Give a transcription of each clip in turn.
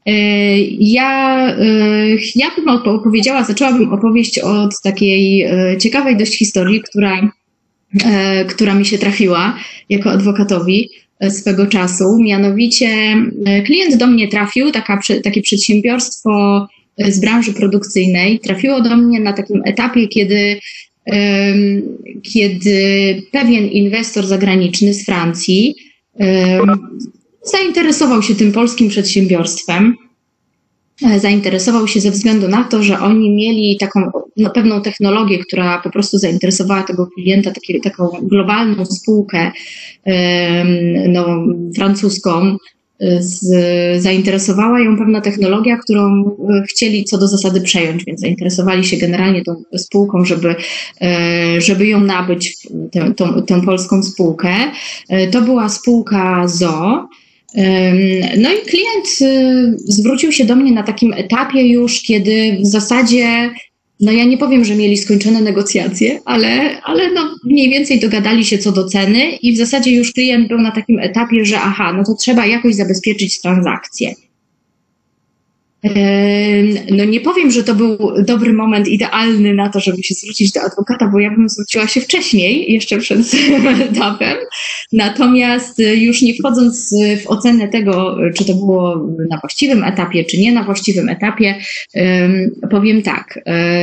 Ja bym zaczęłabym opowieść od takiej ciekawej dość historii, która mi się trafiła jako adwokatowi swego czasu. Mianowicie klient do mnie trafił, takie przedsiębiorstwo z branży produkcyjnej, trafiło do mnie na takim etapie, kiedy pewien inwestor zagraniczny z Francji zainteresował się tym polskim przedsiębiorstwem. Zainteresował się ze względu na to, że oni mieli taką pewną technologię, która po prostu zainteresowała tego klienta, taką globalną spółkę francuską. Zainteresowała ją pewna technologia, którą chcieli co do zasady przejąć, więc zainteresowali się generalnie tą spółką, żeby ją nabyć, tę polską spółkę. To była spółka ZOO. No i klient zwrócił się do mnie na takim etapie już, kiedy w zasadzie, no ja nie powiem, że mieli skończone negocjacje, ale no mniej więcej dogadali się co do ceny i w zasadzie już klient był na takim etapie, że no to trzeba jakoś zabezpieczyć transakcję. No nie powiem, że to był dobry moment idealny na to, żeby się zwrócić do adwokata, bo ja bym zwróciła się wcześniej, jeszcze przed etapem. Natomiast już nie wchodząc w ocenę tego, czy to było na właściwym etapie, czy nie na właściwym etapie, powiem tak.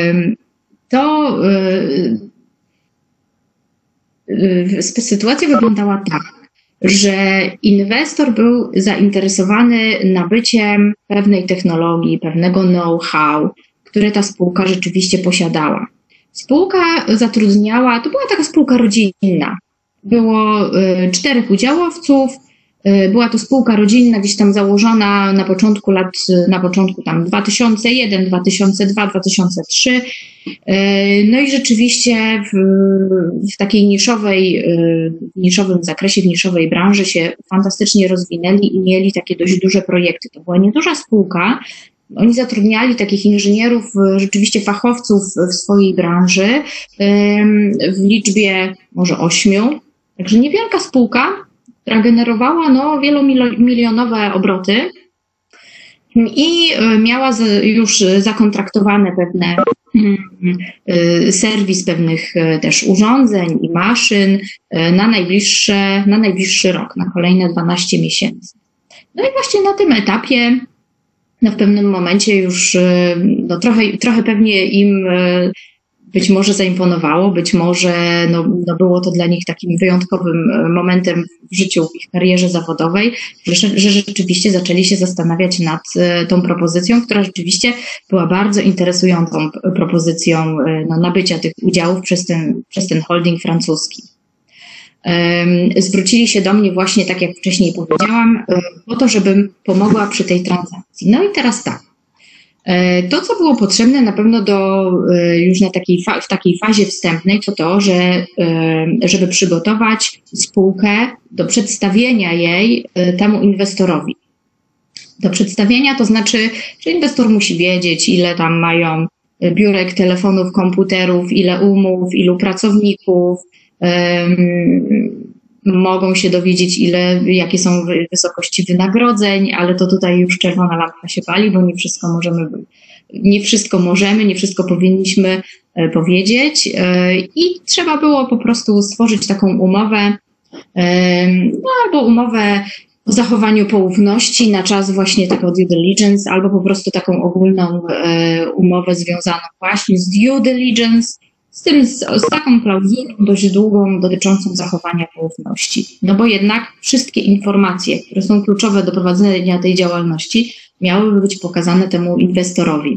Sytuacja wyglądała tak, że inwestor był zainteresowany nabyciem pewnej technologii, pewnego know-how, które ta spółka rzeczywiście posiadała. Spółka zatrudniała, to była taka spółka rodzinna. Było 4 udziałowców, była to spółka rodzinna, gdzieś tam założona na początku tam 2001, 2002, 2003. No i rzeczywiście w takiej niszowym zakresie, w niszowej branży się fantastycznie rozwinęli i mieli takie dość duże projekty. To była nieduża spółka. Oni zatrudniali takich inżynierów, rzeczywiście fachowców w swojej branży w liczbie może 8. Także niewielka spółka, która generowała wielomilionowe obroty i miała już zakontraktowane pewne serwis pewnych też urządzeń i maszyn na najbliższy rok, na kolejne 12 miesięcy. No i właśnie na tym etapie w pewnym momencie już trochę pewnie im być może zaimponowało, być może było to dla nich takim wyjątkowym momentem w życiu, w ich karierze zawodowej, że rzeczywiście zaczęli się zastanawiać nad tą propozycją, która rzeczywiście była bardzo interesującą propozycją nabycia tych udziałów przez ten holding francuski. Zwrócili się do mnie właśnie, tak jak wcześniej powiedziałam, po to, żebym pomogła przy tej transakcji. No i teraz tak. To, co było potrzebne na pewno już w takiej fazie wstępnej, to, żeby przygotować spółkę do przedstawienia jej temu inwestorowi. Do przedstawienia to znaczy, że inwestor musi wiedzieć, ile tam mają biurek, telefonów, komputerów, ile umów, ilu pracowników, mogą się dowiedzieć, jakie są wysokości wynagrodzeń, ale to tutaj już czerwona lampka się pali, bo nie wszystko powinniśmy powiedzieć i trzeba było po prostu stworzyć taką umowę, albo umowę o zachowaniu poufności na czas właśnie takiego due diligence, albo po prostu taką ogólną umowę związaną właśnie z due diligence, z taką klauzulą dość długą dotyczącą zachowania poufności. No bo jednak wszystkie informacje, które są kluczowe do prowadzenia tej działalności, miałyby być pokazane temu inwestorowi.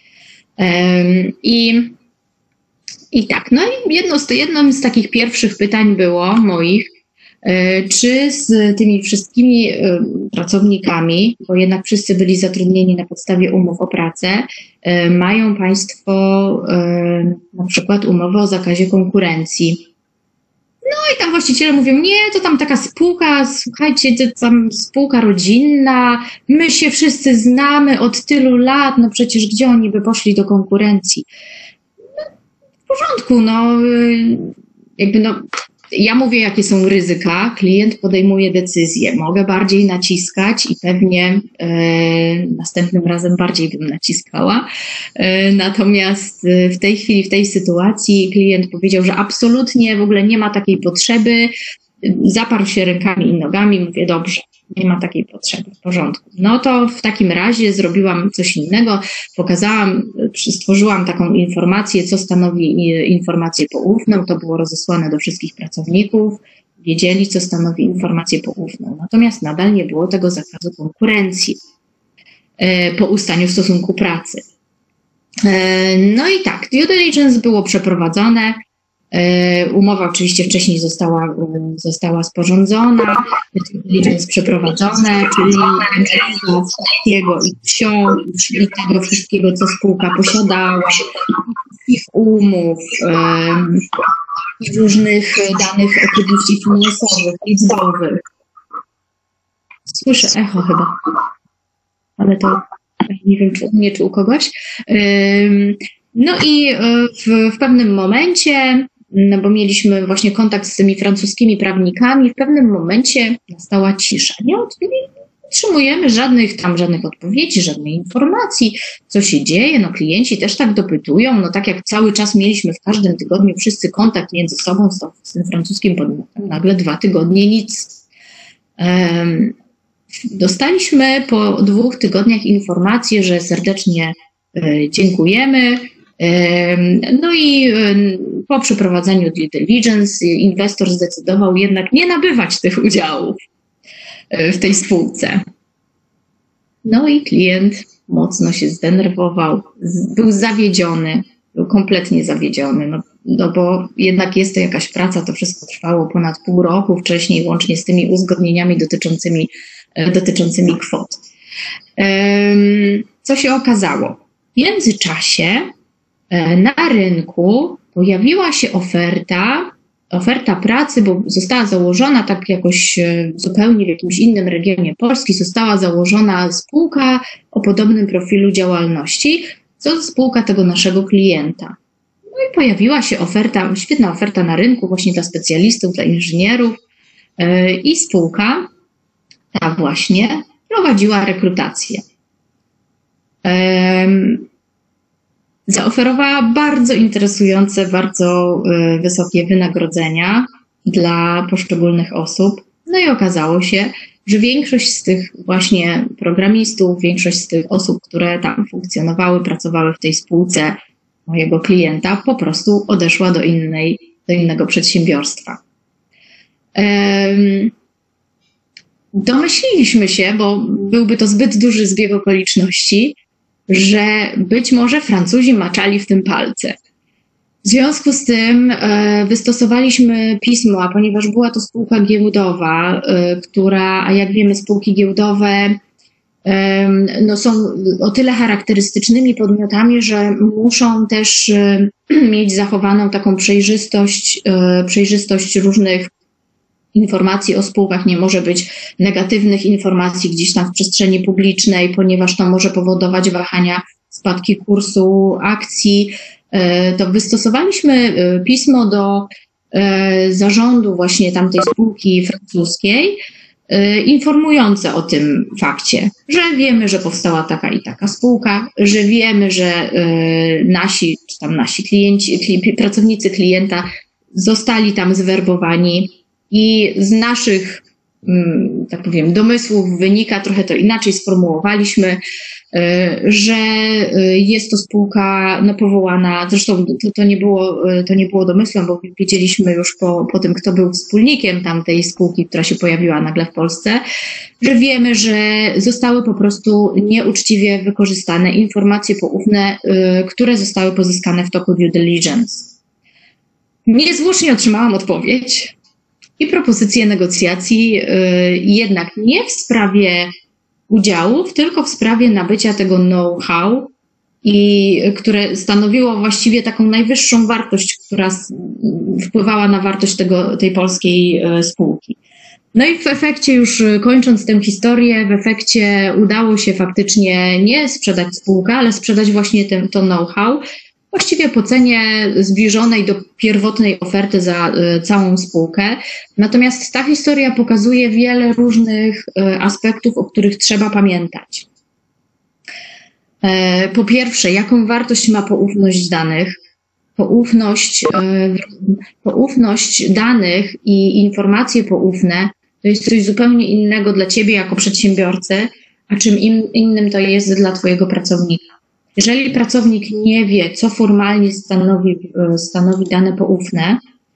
I tak, no i jednym z takich pierwszych pytań było moich, czy z tymi wszystkimi pracownikami, bo jednak wszyscy byli zatrudnieni na podstawie umów o pracę, mają Państwo na przykład umowę o zakazie konkurencji. No i tam właściciele mówią, nie, to tam taka spółka, słuchajcie, to tam spółka rodzinna, my się wszyscy znamy od tylu lat, no przecież gdzie oni by poszli do konkurencji? No, w porządku, Ja mówię, jakie są ryzyka, klient podejmuje decyzję. Mogę bardziej naciskać i pewnie następnym razem bardziej bym naciskała. Natomiast w tej chwili, w tej sytuacji klient powiedział, że absolutnie w ogóle nie ma takiej potrzeby. Zaparł się rękami i nogami, mówię, dobrze, nie ma takiej potrzeby, w porządku. No to w takim razie zrobiłam coś innego, stworzyłam taką informację, co stanowi informację poufną, to było rozesłane do wszystkich pracowników, wiedzieli, co stanowi informację poufną. Natomiast nadal nie było tego zakazu konkurencji po ustaniu stosunku pracy. No i tak, due diligence było przeprowadzone. Umowa oczywiście wcześniej została sporządzona, due diligence przeprowadzone, czyli analiza wszystkiego i ksiąg, i tego wszystkiego, co spółka posiadała, ich umów, i różnych danych oczywiście finansowych, liczbowych. Słyszę echo chyba, ale to nie wiem, czy u mnie, czy u kogoś. No i w pewnym momencie, no bo mieliśmy właśnie kontakt z tymi francuskimi prawnikami, w pewnym momencie nastała cisza. Nie otrzymujemy żadnych odpowiedzi, żadnej informacji, co się dzieje. No klienci też tak dopytują, no tak jak cały czas mieliśmy w każdym tygodniu wszyscy kontakt między sobą z tym francuskim podmiotem, nagle 2 tygodnie nic. Dostaliśmy po 2 tygodniach informację, że serdecznie dziękujemy. No i po przeprowadzeniu due diligence inwestor zdecydował jednak nie nabywać tych udziałów w tej spółce. No i klient mocno się zdenerwował, był zawiedziony, był kompletnie zawiedziony, no bo jednak jest to jakaś praca, to wszystko trwało ponad pół roku wcześniej, łącznie z tymi uzgodnieniami dotyczącymi kwot. Co się okazało? W międzyczasie na rynku pojawiła się oferta pracy, bo została założona tak jakoś zupełnie w jakimś innym regionie Polski, została założona spółka o podobnym profilu działalności, co spółka tego naszego klienta. No i pojawiła się świetna oferta na rynku właśnie dla specjalistów, dla inżynierów i spółka ta właśnie prowadziła rekrutację. Zaoferowała bardzo interesujące, bardzo wysokie wynagrodzenia dla poszczególnych osób. No i okazało się, że większość z tych właśnie programistów, większość z tych osób, które tam funkcjonowały, pracowały w tej spółce mojego klienta, po prostu odeszła do innego przedsiębiorstwa. Domyśliliśmy się, bo byłby to zbyt duży zbieg okoliczności, że być może Francuzi maczali w tym palce. W związku z tym wystosowaliśmy pismo, a ponieważ była to spółka giełdowa, a jak wiemy spółki giełdowe no są o tyle charakterystycznymi podmiotami, że muszą też mieć zachowaną taką przejrzystość różnych informacji o spółkach, nie może być negatywnych informacji gdzieś tam w przestrzeni publicznej, ponieważ to może powodować wahania, spadki kursu akcji. To wystosowaliśmy pismo do zarządu właśnie tamtej spółki francuskiej, informujące o tym fakcie, że wiemy, że powstała taka i taka spółka, że wiemy, że nasi klienci, pracownicy klienta zostali tam zwerbowani i z naszych, tak powiem, domysłów wynika, trochę to inaczej sformułowaliśmy, że jest to spółka powołana, zresztą to nie było domysłem, bo wiedzieliśmy już po tym, kto był wspólnikiem tamtej spółki, która się pojawiła nagle w Polsce, że wiemy, że zostały po prostu nieuczciwie wykorzystane informacje poufne, które zostały pozyskane w toku due diligence. Niezwłocznie otrzymałam odpowiedź i propozycję negocjacji, jednak nie w sprawie udziałów, tylko w sprawie nabycia tego know-how, które stanowiło właściwie taką najwyższą wartość, która wpływała na wartość tej polskiej spółki. No i w efekcie, już kończąc tę historię, w efekcie udało się faktycznie nie sprzedać spółkę, ale sprzedać właśnie to know-how właściwie po cenie zbliżonej do pierwotnej oferty za całą spółkę. Natomiast ta historia pokazuje wiele różnych aspektów, o których trzeba pamiętać. Po pierwsze, jaką wartość ma poufność danych? Poufność danych i informacje poufne to jest coś zupełnie innego dla ciebie jako przedsiębiorcy, a czym innym to jest dla twojego pracownika. Jeżeli pracownik nie wie, co formalnie stanowi dane poufne,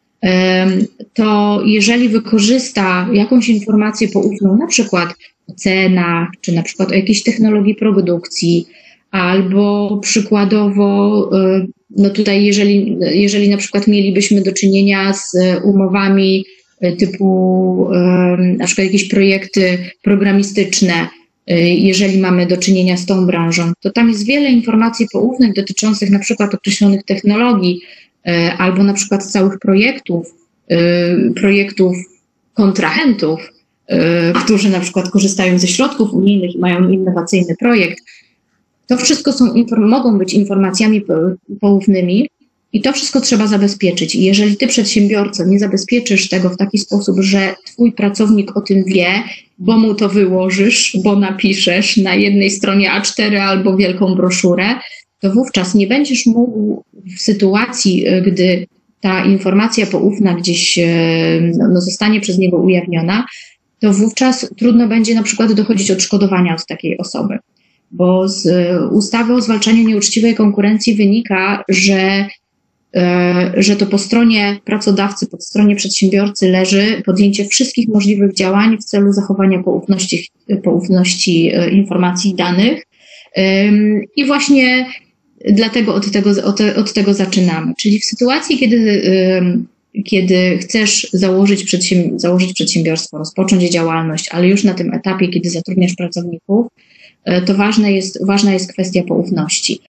to jeżeli wykorzysta jakąś informację poufną, na przykład o cenach, czy na przykład o jakiejś technologii produkcji, albo przykładowo, no tutaj jeżeli na przykład mielibyśmy do czynienia z umowami typu na przykład jakieś projekty programistyczne, jeżeli mamy do czynienia z tą branżą, to tam jest wiele informacji poufnych dotyczących na przykład określonych technologii albo na przykład całych projektów kontrahentów, którzy na przykład korzystają ze środków unijnych i mają innowacyjny projekt. To wszystko mogą być informacjami poufnymi i to wszystko trzeba zabezpieczyć. I jeżeli ty, przedsiębiorco, nie zabezpieczysz tego w taki sposób, że twój pracownik o tym wie, bo mu to wyłożysz, bo napiszesz na jednej stronie A4 albo wielką broszurę, to wówczas nie będziesz mógł w sytuacji, gdy ta informacja poufna gdzieś zostanie przez niego ujawniona, to wówczas trudno będzie na przykład dochodzić odszkodowania od takiej osoby. Bo z ustawy o zwalczaniu nieuczciwej konkurencji wynika, że to po stronie pracodawcy, po stronie przedsiębiorcy leży podjęcie wszystkich możliwych działań w celu zachowania poufności informacji i danych. I właśnie dlatego od tego zaczynamy. Czyli w sytuacji, kiedy chcesz założyć przedsiębiorstwo, rozpocząć działalność, ale już na tym etapie, kiedy zatrudniasz pracowników, to ważna jest kwestia poufności.